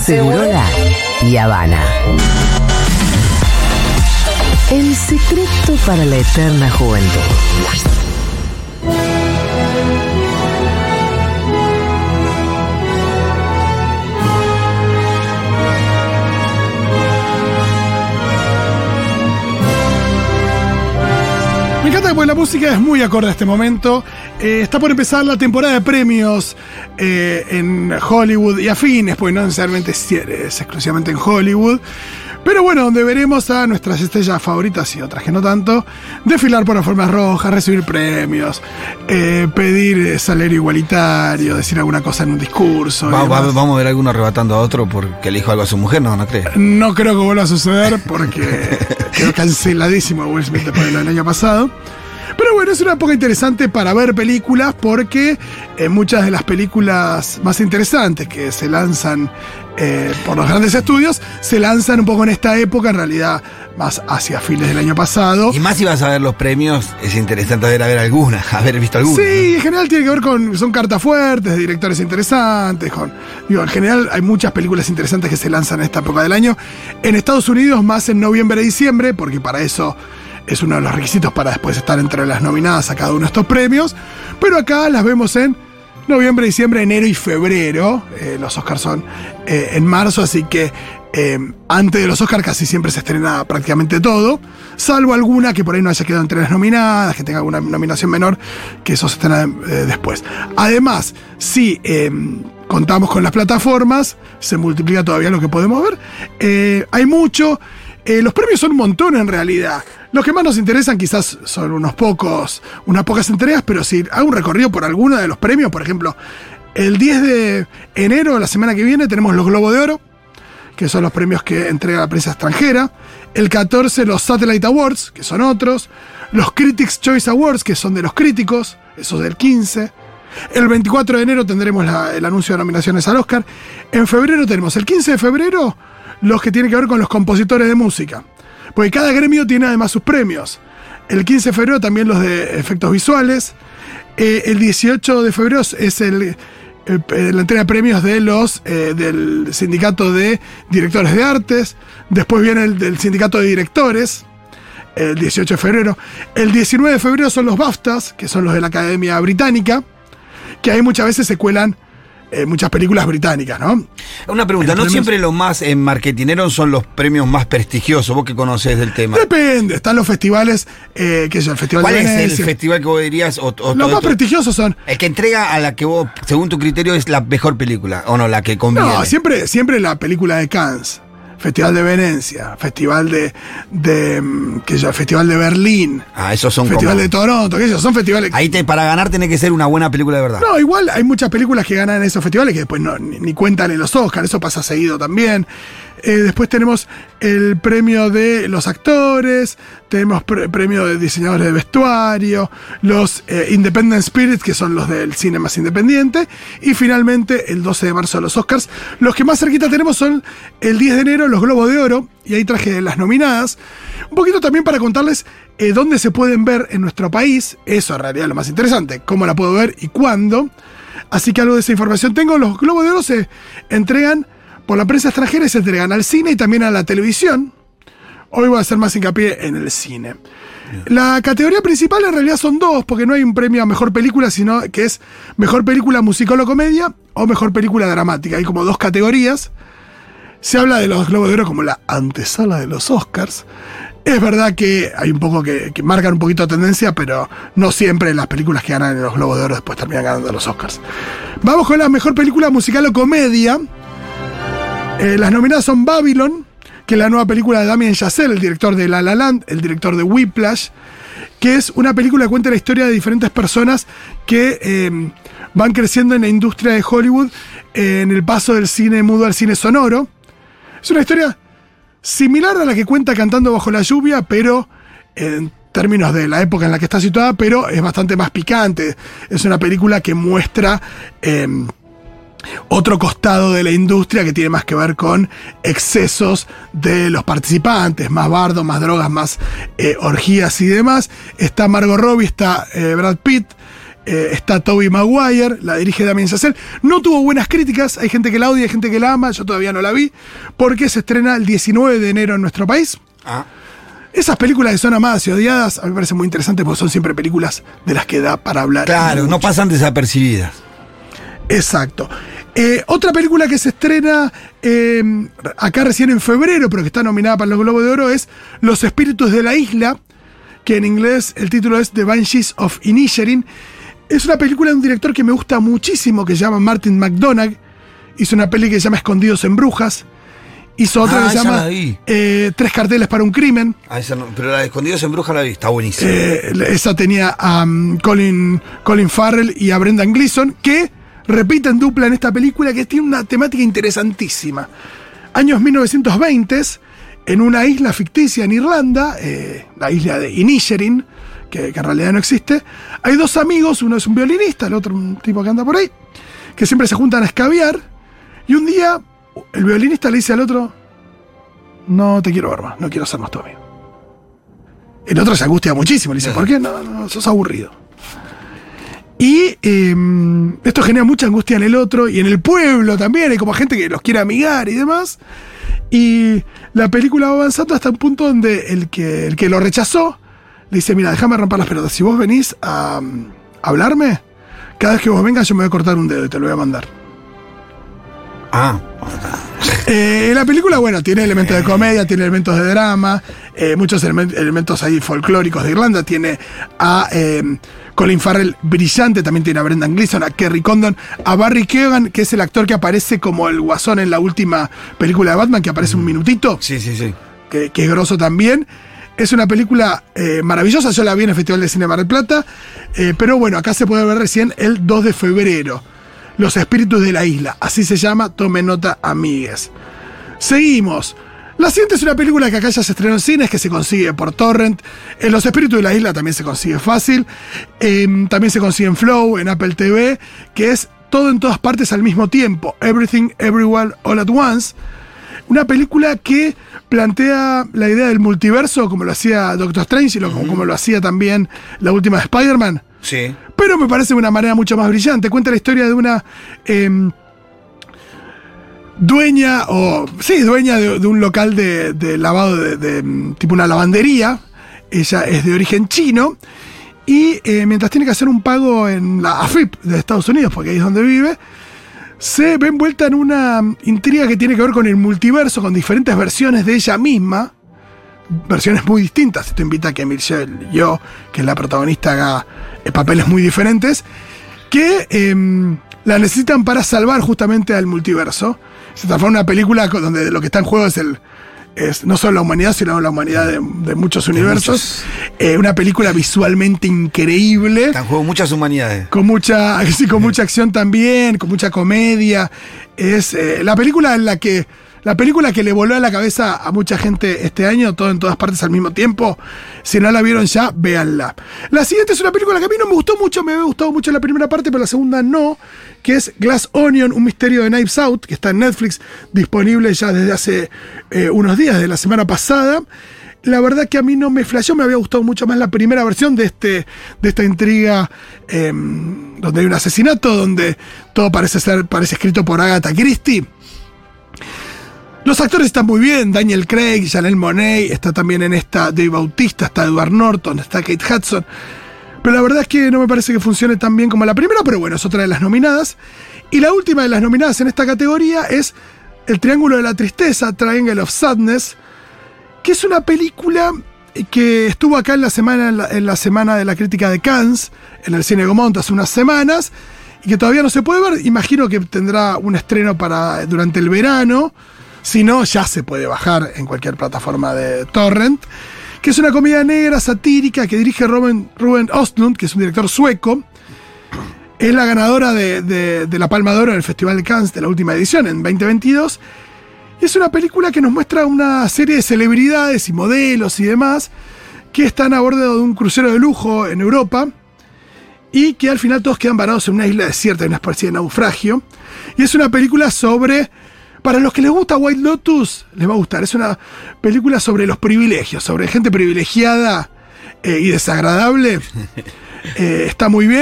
Segurola y Habana. El secreto para la eterna juventud. Me encanta porque la música es muy acorde a este momento. Está por empezar la temporada de premios en Hollywood y afines, porque no necesariamente es exclusivamente en Hollywood. Pero bueno, donde veremos a nuestras estrellas favoritas y otras que no tanto, desfilar por alfombras rojas, recibir premios, pedir salario igualitario, decir alguna cosa en un discurso. Vamos a ver a alguno arrebatando a otro porque le dijo algo a su mujer, ¿no crees? No creo que vuelva a suceder porque quedó canceladísimo Will Smith después de lo del año pasado. Pero bueno, es una época interesante para ver películas porque muchas de las películas más interesantes que se lanzan por los grandes estudios se lanzan un poco en esta época, en realidad más hacia fines del año pasado. Y más si vas a ver los premios, es interesante haber visto alguna. Sí, en general tiene que ver son cartas fuertes, de directores interesantes. En general hay muchas películas interesantes que se lanzan en esta época del año. En Estados Unidos más en noviembre y diciembre, porque para eso es uno de los requisitos para después estar entre las nominadas a cada uno de estos premios. Pero acá las vemos en noviembre, diciembre, enero y febrero. Los Oscars son en marzo, así que antes de los Oscars casi siempre se estrena prácticamente todo, salvo alguna que por ahí no haya quedado entre las nominadas, que tenga alguna nominación menor, que eso se estrena después. Además, si contamos con las plataformas, se multiplica todavía lo que podemos ver. Hay mucho. Los premios son un montón en realidad. Los que más nos interesan quizás son unas pocas entregas, pero si hago un recorrido por alguno de los premios, por ejemplo, el 10 de enero, la semana que viene, tenemos los Globos de Oro, que son los premios que entrega la prensa extranjera. El 14, los Satellite Awards, que son otros. Los Critics' Choice Awards, que son de los críticos, esos del 15. El 24 de enero tendremos el anuncio de nominaciones al Oscar. En febrero tenemos el 15 de febrero los que tienen que ver con los compositores de música. Porque cada gremio tiene además sus premios. El 15 de febrero también los de efectos visuales. El 18 de febrero es la entrega de premios de del sindicato de directores de artes. Después viene el del sindicato de directores, el 18 de febrero. El 19 de febrero son los BAFTAs, que son los de la Academia Británica, que ahí muchas veces se cuelan muchas películas británicas, ¿no? Una pregunta, ¿no siempre los más marketineros son los premios más prestigiosos? Vos que conocés del tema. Depende, están los festivales, el Festival de Venecia. ¿Cuál es el festival que vos dirías? Los más prestigiosos son el que entrega a la que vos, según tu criterio, es la mejor película, o no, la que conviene. No, siempre la película de Cannes. Festival de Venecia, Festival Festival de Berlín. Esos son Festival de Toronto, que ellos son festivales. Ahí para ganar tiene que ser una buena película de verdad. No, igual hay muchas películas que ganan esos festivales que después ni cuentan en los Oscars, eso pasa seguido también. Después tenemos el premio de los actores, tenemos premio de diseñadores de vestuario, los Independent Spirits, que son los del cine más independiente, y finalmente el 12 de marzo los Oscars. Los que más cerquita tenemos son el 10 de enero los Globos de Oro, y ahí traje las nominadas. Un poquito también para contarles dónde se pueden ver en nuestro país, eso en realidad es lo más interesante, cómo la puedo ver y cuándo. Así que algo de esa información tengo. Los Globos de Oro se entregan por la prensa extranjera y se entregan al cine y también a la televisión. Hoy voy a hacer más hincapié en el cine. La categoría principal en realidad son dos, porque no hay un premio a mejor película, sino que es mejor película musical o comedia o mejor película dramática. Hay como dos categorías. Se habla de los Globos de Oro como la antesala de los Oscars. Es verdad que hay un poco que marcan un poquito de tendencia, pero no siempre las películas que ganan en los Globos de Oro después terminan ganando los Oscars. Vamos con la mejor película musical o comedia. Las nominadas son Babylon, que es la nueva película de Damien Chazelle, el director de La La Land, el director de Whiplash, que es una película que cuenta la historia de diferentes personas que van creciendo en la industria de Hollywood en el paso del cine mudo al cine sonoro. Es una historia similar a la que cuenta Cantando bajo la lluvia, pero en términos de la época en la que está situada, pero es bastante más picante. Es una película que muestra otro costado de la industria que tiene más que ver con excesos de los participantes, más bardo, más drogas, más orgías y demás. Está Margot Robbie, está Brad Pitt, está Tobey Maguire, la dirige Damien Chazelle. No tuvo buenas críticas, hay gente que la odia, hay gente que la ama, yo todavía no la vi, porque se estrena el 19 de enero en nuestro país. Esas películas que son amadas y odiadas, a mí me parecen muy interesantes porque son siempre películas de las que da para hablar. Claro, no pasan desapercibidas. Exacto. Otra película que se estrena acá recién en febrero, pero que está nominada para los Globos de Oro, es Los Espíritus de la Isla, que en inglés el título es The Banshees of Inisherin. Es una película de un director que me gusta muchísimo, que se llama Martin McDonagh. Hizo una peli que se llama Escondidos en Brujas. Hizo otra que se llama Tres carteles para un crimen. Esa no, pero la de Escondidos en Brujas la vi, está buenísima. Esa tenía a Colin Farrell y a Brendan Gleeson, que repiten dupla en esta película, que tiene una temática interesantísima. Años 1920, en una isla ficticia en Irlanda, la isla de Inisherin, que en realidad no existe, hay dos amigos, uno es un violinista, el otro un tipo que anda por ahí, que siempre se juntan a escabiar, y un día el violinista le dice al otro: no te quiero ver más, no quiero ser más tu amigo. El otro se angustia muchísimo, le dice: ¿por qué? No, sos aburrido. Y esto genera mucha angustia en el otro y en el pueblo también, hay como gente que los quiere amigar y demás. Y la película va avanzando hasta un punto donde el que lo rechazó le dice: mira, déjame romper las pelotas, si vos venís a hablarme, cada vez que vos vengas yo me voy a cortar un dedo y te lo voy a mandar. La película, bueno, tiene elementos de comedia, tiene elementos de drama, muchos elementos ahí folclóricos de Irlanda. Tiene a Colin Farrell brillante, también tiene a Brendan Gleeson, a Kerry Condon, a Barry Keoghan, que es el actor que aparece como el Guasón en la última película de Batman, que aparece un minutito. Sí. Que es grosso también. Es una película maravillosa, yo la vi en el Festival de Cine Mar del Plata, pero bueno, acá se puede ver recién el 2 de febrero. Los Espíritus de la Isla, así se llama, tomen nota, amigues. Seguimos. La siguiente es una película que acá ya se estrenó en cines, que se consigue por torrent. En Los Espíritus de la Isla también se consigue fácil. También se consigue en Flow, en Apple TV, que es Todo en todas partes al mismo tiempo. Everything, Everywhere, All at Once. Una película que plantea la idea del multiverso, como lo hacía Doctor Strange y como lo hacía también la última de Spider-Man. Sí. Pero me parece de una manera mucho más brillante. Cuenta la historia de una dueña de un local de lavado de tipo una lavandería. Ella es de origen chino. Y mientras tiene que hacer un pago en la AFIP de Estados Unidos, porque ahí es donde vive, se ve envuelta en una intriga que tiene que ver con el multiverso, con diferentes versiones de ella misma. Versiones muy distintas. Esto invita a que Michelle Yeoh, que es la protagonista, haga papeles muy diferentes, que la necesitan para salvar justamente al multiverso. Se transforma en una película donde lo que está en juego es no solo la humanidad, sino la humanidad de muchos universos. Una película visualmente increíble. Está en juego muchas humanidades. Con mucha acción también, con mucha comedia. Es la película que le voló a la cabeza a mucha gente este año, todo en todas partes al mismo tiempo. Si no la vieron ya, véanla. La siguiente es una película que a mí no me gustó mucho, me había gustado mucho la primera parte, pero la segunda no, que es Glass Onion, un misterio de Knives Out, que está en Netflix, disponible ya desde hace unos días, de la semana pasada. La verdad que a mí no me flasheó, me había gustado mucho más la primera versión de esta intriga, donde hay un asesinato, donde todo parece escrito por Agatha Christie. Los actores están muy bien, Daniel Craig, Janelle Monáe, está también en esta Dave Bautista, está Edward Norton, está Kate Hudson. Pero la verdad es que no me parece que funcione tan bien como la primera, pero bueno, es otra de las nominadas. Y la última de las nominadas en esta categoría es El Triángulo de la Tristeza, Triangle of Sadness, que es una película que estuvo acá en la semana de la crítica de Cannes, en el Cine Gaumont hace unas semanas, y que todavía no se puede ver. Imagino que tendrá un estreno durante el verano. Si no, ya se puede bajar en cualquier plataforma de torrent, que es una comedia negra satírica que dirige Ruben Östlund, que es un director sueco. Es la ganadora de la Palma de Oro en el Festival de Cannes de la última edición, en 2022. Y es una película que nos muestra una serie de celebridades y modelos y demás que están a bordo de un crucero de lujo en Europa y que al final todos quedan varados en una isla desierta, en una especie de naufragio. Y es una película sobre... Para los que les gusta White Lotus, les va a gustar. Es una película sobre los privilegios, sobre gente privilegiada y desagradable. Está muy bien.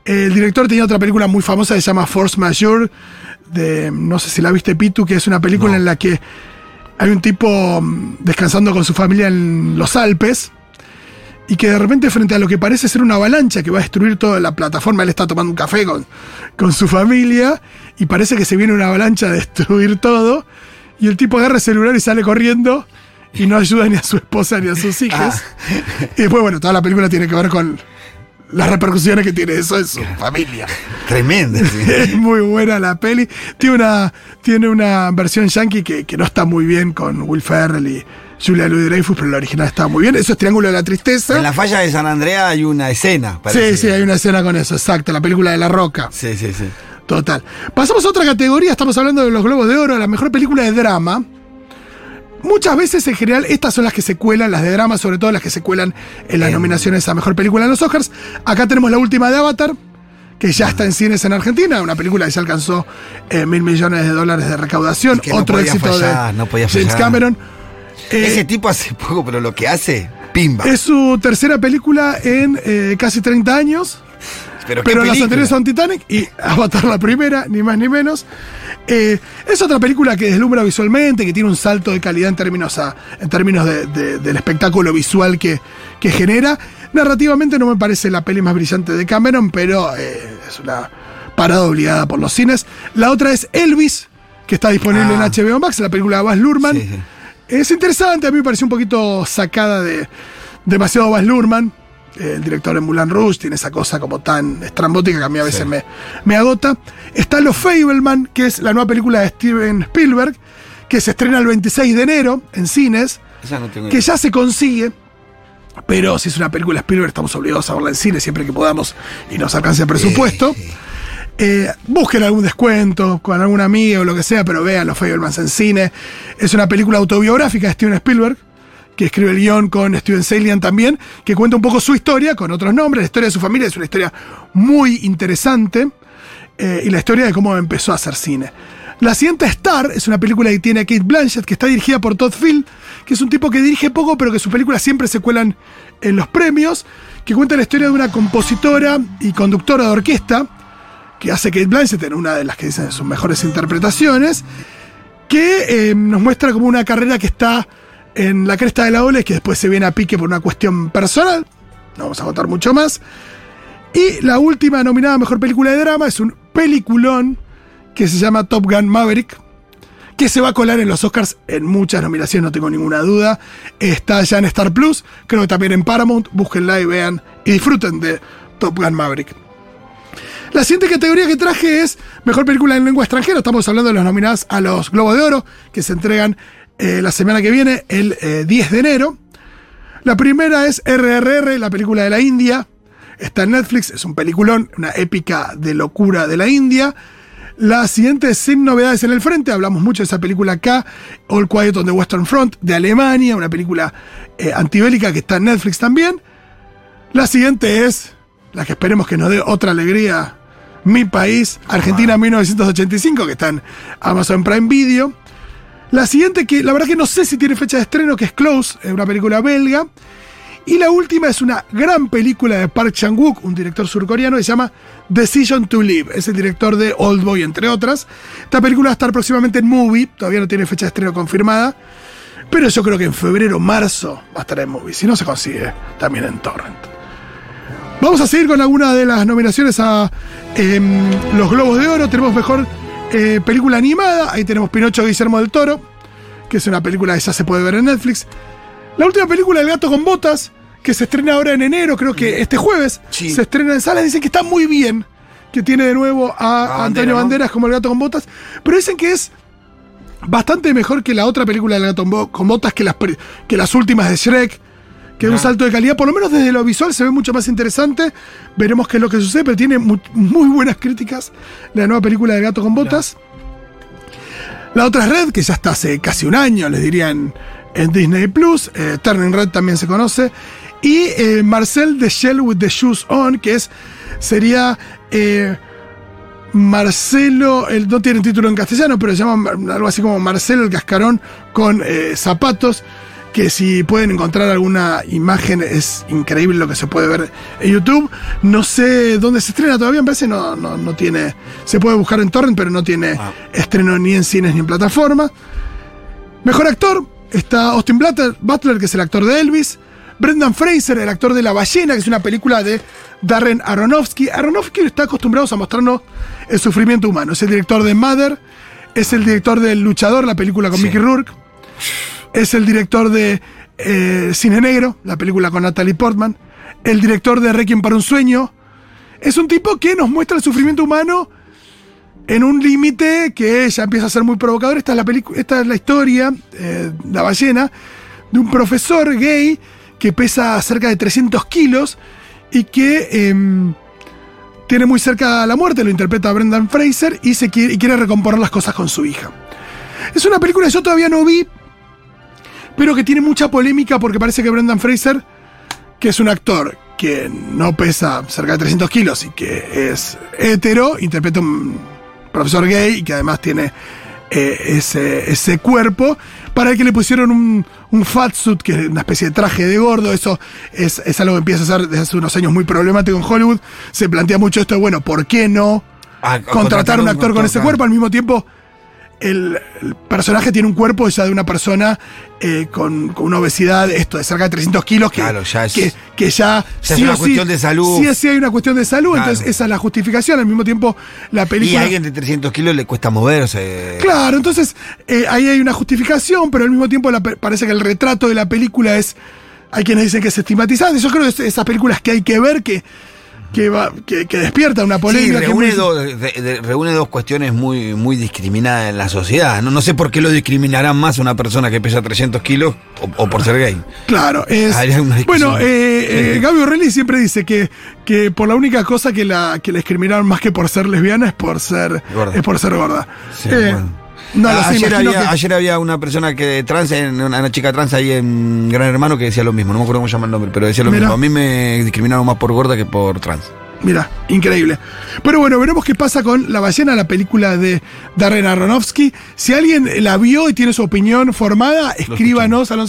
El director tenía otra película muy famosa que se llama Force Majeure, no sé si la viste, Pitu, que es una película en la que hay un tipo descansando con su familia en los Alpes y que de repente, frente a lo que parece ser una avalancha que va a destruir toda la plataforma, él está tomando un café con su familia y parece que se viene una avalancha a destruir todo, y el tipo agarra el celular y sale corriendo y no ayuda ni a su esposa ni a sus hijos. Y después, bueno, toda la película tiene que ver con las repercusiones que tiene eso en su familia. Tremenda. Sí. Es muy buena la peli. Tiene una versión yankee que no está muy bien, con Will Ferrell y Julia Louis-Dreyfus, pero la original está muy bien. Eso es Triángulo de la Tristeza. En la falla de San Andrea hay una escena. Sí, hay una escena con eso, exacto. La película de La Roca. Sí. Total. Pasamos a otra categoría. Estamos hablando de los Globos de Oro, la mejor película de drama. Muchas veces, en general, estas son las que se cuelan, las de drama, sobre todo las que se cuelan en las nominaciones a mejor película en los Oscars. Acá tenemos la última de Avatar, que ya está en cines en Argentina, una película que ya alcanzó $1.000 millones de recaudación, otro éxito de James Cameron. Ese tipo hace poco, pero lo que hace, pimba. Es su tercera película en casi 30 años. Pero las anteriores son Titanic y Avatar la primera, ni más ni menos. Es otra película que deslumbra visualmente, que tiene un salto de calidad en términos del espectáculo visual que genera. Narrativamente no me parece la peli más brillante de Cameron, pero es una parada obligada por los cines. La otra es Elvis, que está disponible en HBO Max, la película de Baz Luhrmann. Sí. Es interesante, a mí me pareció un poquito sacada de demasiado Baz Luhrmann. El director de Moulin Rouge tiene esa cosa como tan estrambótica que a mí a veces me agota. Está Los Fabelman, que es la nueva película de Steven Spielberg, que se estrena el 26 de enero en cines, que ya se consigue, pero si es una película de Spielberg estamos obligados a verla en cine siempre que podamos y nos alcance el presupuesto. Busquen algún descuento con alguna amiga o lo que sea, pero vean Los Fabelmans en cine. Es una película autobiográfica de Steven Spielberg, que escribe el guión con Steven Salian también, que cuenta un poco su historia con otros nombres. La historia de su familia es una historia muy interesante, y la historia de cómo empezó a hacer cine. La siguiente, Star, es una película que tiene a Cate Blanchett, que está dirigida por Todd Field, que es un tipo que dirige poco, pero que sus películas siempre se cuelan en los premios, que cuenta la historia de una compositora y conductora de orquesta, que hace Cate Blanchett en una de las que dicen sus mejores interpretaciones, que nos muestra como una carrera que está en la cresta de la ola y que después se viene a pique por una cuestión personal. No vamos a contar mucho más. Y la última nominada a mejor película de drama es un peliculón que se llama Top Gun Maverick, que se va a colar en los Oscars en muchas nominaciones, no tengo ninguna duda. Está ya en Star Plus, creo que también en Paramount. Búsquenla y vean y disfruten de Top Gun Maverick. La siguiente categoría que traje es mejor película en lengua extranjera. Estamos hablando de las nominadas a los Globos de Oro, que se entregan la semana que viene, el 10 de enero. La primera es RRR, la película de la India. Está en Netflix, es un peliculón, una épica de locura de la India. La siguiente es Sin Novedades en el Frente, hablamos mucho de esa película acá. All Quiet on the Western Front, de Alemania, una película antibélica que está en Netflix también. La siguiente es la que esperemos que nos dé otra alegría, Mi País, Argentina 1985, que está en Amazon Prime Video. La siguiente, que la verdad que no sé si tiene fecha de estreno, que es Close, es una película belga. Y la última es una gran película de Park Chan-wook, un director surcoreano, que se llama Decision to Live. Es el director de Oldboy, entre otras. Esta película va a estar próximamente en Movie, todavía no tiene fecha de estreno confirmada, pero yo creo que en febrero o marzo va a estar en Movie, si no se consigue también en Torrent. Vamos a seguir con algunas de las nominaciones a los Globos de Oro. Tenemos mejor película animada, ahí tenemos Pinocho de Guillermo del Toro, que es una película que ya se puede ver en Netflix. La última película, El Gato con Botas, que se estrena ahora en enero, creo que este jueves, se estrena en salas. Dicen que está muy bien, que tiene de nuevo a Antonio Banderas como El Gato con Botas, pero dicen que es bastante mejor que la otra película del Gato con Botas, que las últimas de Shrek, que es un salto de calidad, por lo menos desde lo visual se ve mucho más interesante. Veremos qué es lo que sucede, pero tiene muy buenas críticas la nueva película del Gato con Botas. La otra es Red, que ya está hace casi un año, les diría, en Disney Plus. Turning Red también se conoce. Y Marcel the Shell with the Shoes On, que sería Marcelo, no tiene título en castellano, pero se llama algo así como Marcelo el Cascarón con zapatos. que si pueden encontrar alguna imagen, es increíble lo que se puede ver en YouTube. No sé dónde se estrena todavía, me parece no tiene. Se puede buscar en torrent, pero no tiene estreno ni en cines ni en plataforma. Mejor actor está Austin Butler, que es el actor de Elvis. Brendan Fraser, el actor de La Ballena, que es una película de Darren Aronofsky. Aronofsky está acostumbrado a mostrarnos el sufrimiento humano. Es el director de Mother, es el director de El Luchador, la película con Mickey Rourke. Es el director de Cine Negro, la película con Natalie Portman. El director de Requiem para un Sueño. Es un tipo que nos muestra el sufrimiento humano en un límite que ya empieza a ser muy provocador. Esta es la historia, La Ballena, de un profesor gay que pesa cerca de 300 kilos y que tiene muy cerca la muerte. Lo interpreta Brendan Fraser y quiere recomponer las cosas con su hija. Es una película que yo todavía no vi, pero que tiene mucha polémica porque parece que Brendan Fraser, que es un actor que no pesa cerca de 300 kilos y que es hetero, interpreta un profesor gay y que además tiene ese cuerpo, para el que le pusieron un fatsuit, que es una especie de traje de gordo. Eso es algo que empieza a ser desde hace unos años muy problemático en Hollywood. Se plantea mucho esto de, bueno, ¿por qué no contratar a un actor con ese cuerpo? Al mismo tiempo, el personaje tiene un cuerpo ya de una persona con una obesidad, esto de cerca de 300 kilos, que ya es una cuestión de salud. Sí hay una cuestión de salud, claro. Entonces esa es la justificación. Al mismo tiempo, la película... Y a alguien de 300 kilos le cuesta moverse. Claro, entonces ahí hay una justificación, pero al mismo tiempo parece que el retrato de la película es... Hay quienes dicen que es estigmatizante. Yo creo que es esas películas que hay que ver, que despierta una polémica. Sí, reúne dos cuestiones muy discriminadas en la sociedad. No sé por qué lo discriminarán más a una persona que pesa 300 kilos o por ser gay. Claro, bueno, Gaby Borrelli siempre dice que por la única cosa que la discriminaron más que por ser lesbiana es por ser gorda. Sí, ayer había una persona una chica trans ahí en Gran Hermano que decía lo mismo, no me acuerdo cómo se llama el nombre, pero decía lo mismo. A mí me discriminaron más por gorda que por trans. Mira, increíble. Pero bueno, veremos qué pasa con La Ballena, la película de Darren Aronofsky. Si alguien la vio y tiene su opinión formada, escríbanos al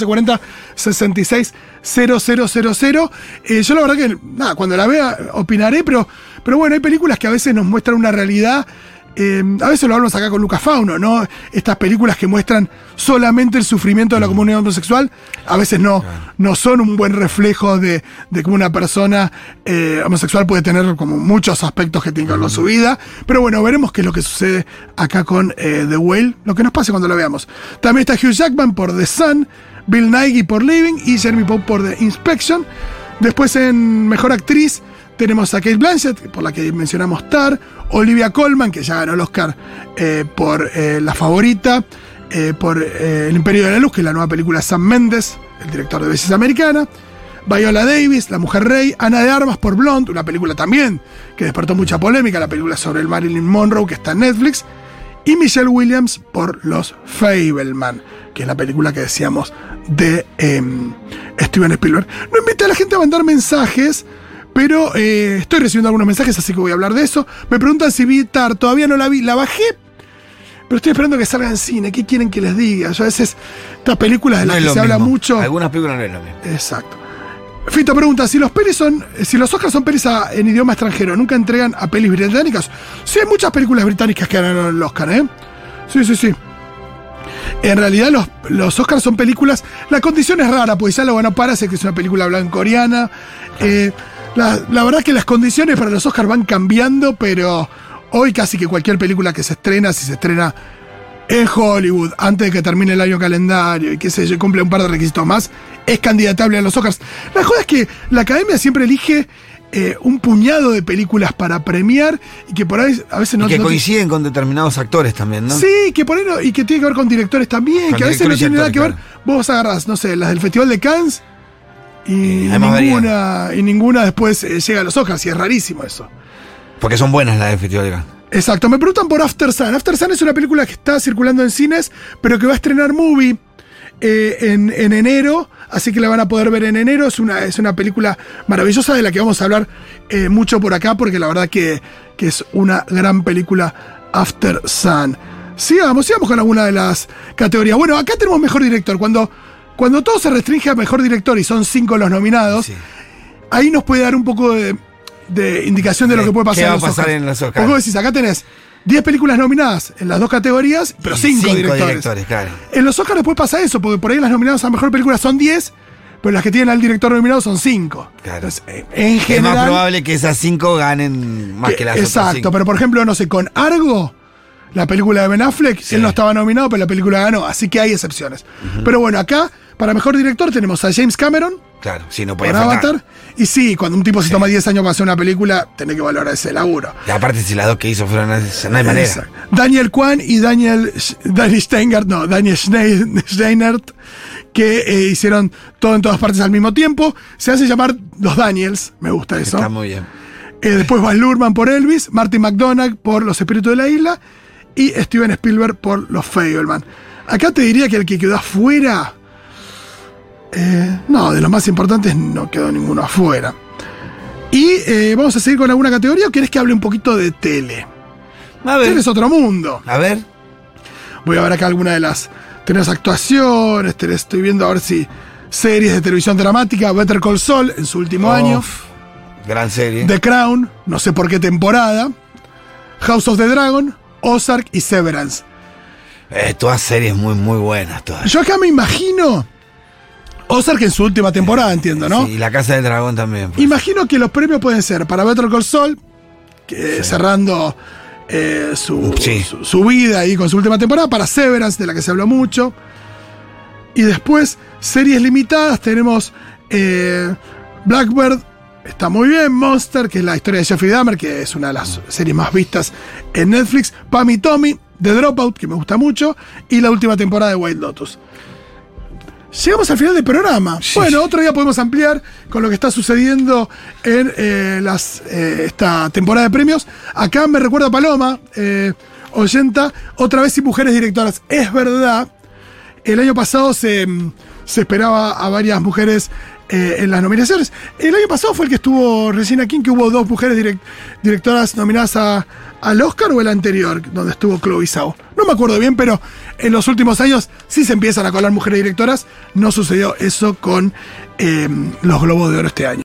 1140-660000. Yo la verdad que, cuando la vea opinaré, pero bueno, hay películas que a veces nos muestran una realidad. A veces lo hablamos acá con Lucas Fauno, ¿no? Estas películas que muestran solamente el sufrimiento de la comunidad homosexual, a veces no son un buen reflejo de cómo una persona homosexual puede tener como muchos aspectos que tienen que ver con su vida. Pero bueno, veremos qué es lo que sucede acá con The Whale, lo que nos pase cuando lo veamos. También está Hugh Jackman por The Sun, Bill Nighy por Living y Jeremy Pope por The Inspection. Después en Mejor Actriz tenemos a Cate Blanchett, por la que mencionamos Tar, Olivia Colman, que ya ganó el Oscar por La Favorita, por El Imperio de la Luz, que es la nueva película de Sam Mendes, el director de Belleza Americana, Viola Davis, La Mujer Rey, Ana de Armas por Blonde, una película también que despertó mucha polémica, la película sobre el Marilyn Monroe, que está en Netflix, y Michelle Williams por Los Fabelman, que es la película que decíamos de Steven Spielberg. No invité a la gente a mandar mensajes, pero estoy recibiendo algunos mensajes, así que voy a hablar de eso. Me preguntan si vi Tar, todavía no la vi, la bajé, pero estoy esperando que salga en cine. ¿Qué quieren que les diga? Yo a veces, estas películas de las que se habla mucho... Algunas películas no es lo mismo. Exacto. Fito pregunta, si los Oscars son pelis en idioma extranjero, ¿nunca entregan a pelis británicas? Sí, hay muchas películas británicas que ganaron el Oscar, ¿eh? Sí. En realidad los Oscars son películas... La condición es rara, pues ya lo van a parar, sé que es una película hablada en coreana. La verdad es que las condiciones para los Oscars van cambiando, pero hoy casi que cualquier película que se estrena, si se estrena en Hollywood antes de que termine el año calendario y que se cumple un par de requisitos más, es candidatable a los Oscars. La cosa es que la Academia siempre elige un puñado de películas para premiar y que por ahí a veces no... Y que coinciden con determinados actores también, ¿no? Sí, que por ahí y que tiene que ver con directores también, con que a veces no tiene nada que ver. Vos agarrás, no sé, las del Festival de Cannes y ninguna después llega a los Oscars, y es rarísimo eso. Porque son buenas las del Festival de Cannes. Exacto, me preguntan por After Sun. After Sun es una película que está circulando en cines, pero que va a estrenar Movie en enero, así que la van a poder ver en enero. Es una película maravillosa de la que vamos a hablar mucho por acá, porque la verdad que es una gran película, After Sun. Sigamos con alguna de las categorías. Bueno, acá tenemos mejor director. Cuando Cuando todo se restringe a mejor director y son 5 los nominados, ahí nos puede dar un poco de indicación de lo que puede pasar, ¿qué va a pasar en los Oscars? Porque vos decís, acá tenés 10 películas nominadas en las 2 categorías, pero 5 directores. Claro. En los Oscars después pasa eso, porque por ahí las nominadas a mejor película son 10, pero las que tienen al director nominado son 5. Claro. Entonces, en general, es más probable que esas 5 ganen más que las otras 5. Exacto, pero por ejemplo, no sé, con Argo, la película de Ben Affleck, él no estaba nominado, pero la película ganó, así que hay excepciones. Pero bueno, acá, para mejor director, tenemos a James Cameron. Claro, sí, no puede faltar. Avatar. Y sí, cuando un tipo se toma 10 años para hacer una película, tenés que valorar ese laburo. Y aparte, si las 2 que hizo fueron, no hay manera. Daniel Kwan y Daniel Steinert, que hicieron todo en todas partes al mismo tiempo. Se hace llamar los Daniels, me gusta eso. Está muy bien. Después Baz Luhrmann por Elvis, Martin McDonagh por Los Espíritus de la Isla y Steven Spielberg por Los Fabelman. Acá te diría que el que quedó afuera... no, de los más importantes no quedó ninguno afuera. Y vamos a seguir con alguna categoría, ¿o querés que hable un poquito de tele? A ver. Tele es otro mundo. A ver. Voy a ver acá alguna de las... Tenés actuaciones, estoy viendo a ver si... Series de televisión dramática, Better Call Saul en su último año. Gran serie. The Crown, no sé por qué temporada. House of the Dragon, Ozark y Severance. Todas series muy, muy buenas. Todas. Yo acá me imagino... Ozark en su última temporada, entiendo, ¿no? Sí, y La Casa del Dragón también. Pues. Imagino que los premios pueden ser para Better Call Saul, cerrando su vida ahí con su última temporada, para Severance, de la que se habló mucho. Y después, series limitadas, tenemos Blackbird, está muy bien, Monster, que es la historia de Jeffrey Dahmer, que es una de las series más vistas en Netflix, Pam y Tommy, The Dropout, que me gusta mucho, y la última temporada de White Lotus. Llegamos al final del programa. Sí. Bueno, otro día podemos ampliar con lo que está sucediendo en esta temporada de premios. Acá me recuerda Paloma, oyenta, otra vez sin mujeres directoras. Es verdad, el año pasado se esperaba a varias mujeres en las nominaciones. El año pasado fue el que estuvo Regina King, que hubo 2 mujeres directoras nominadas al Oscar, o el anterior, donde estuvo Chloe Zhao. No me acuerdo bien, pero en los últimos años sí se empiezan a colar mujeres directoras. No sucedió eso con los Globos de Oro este año.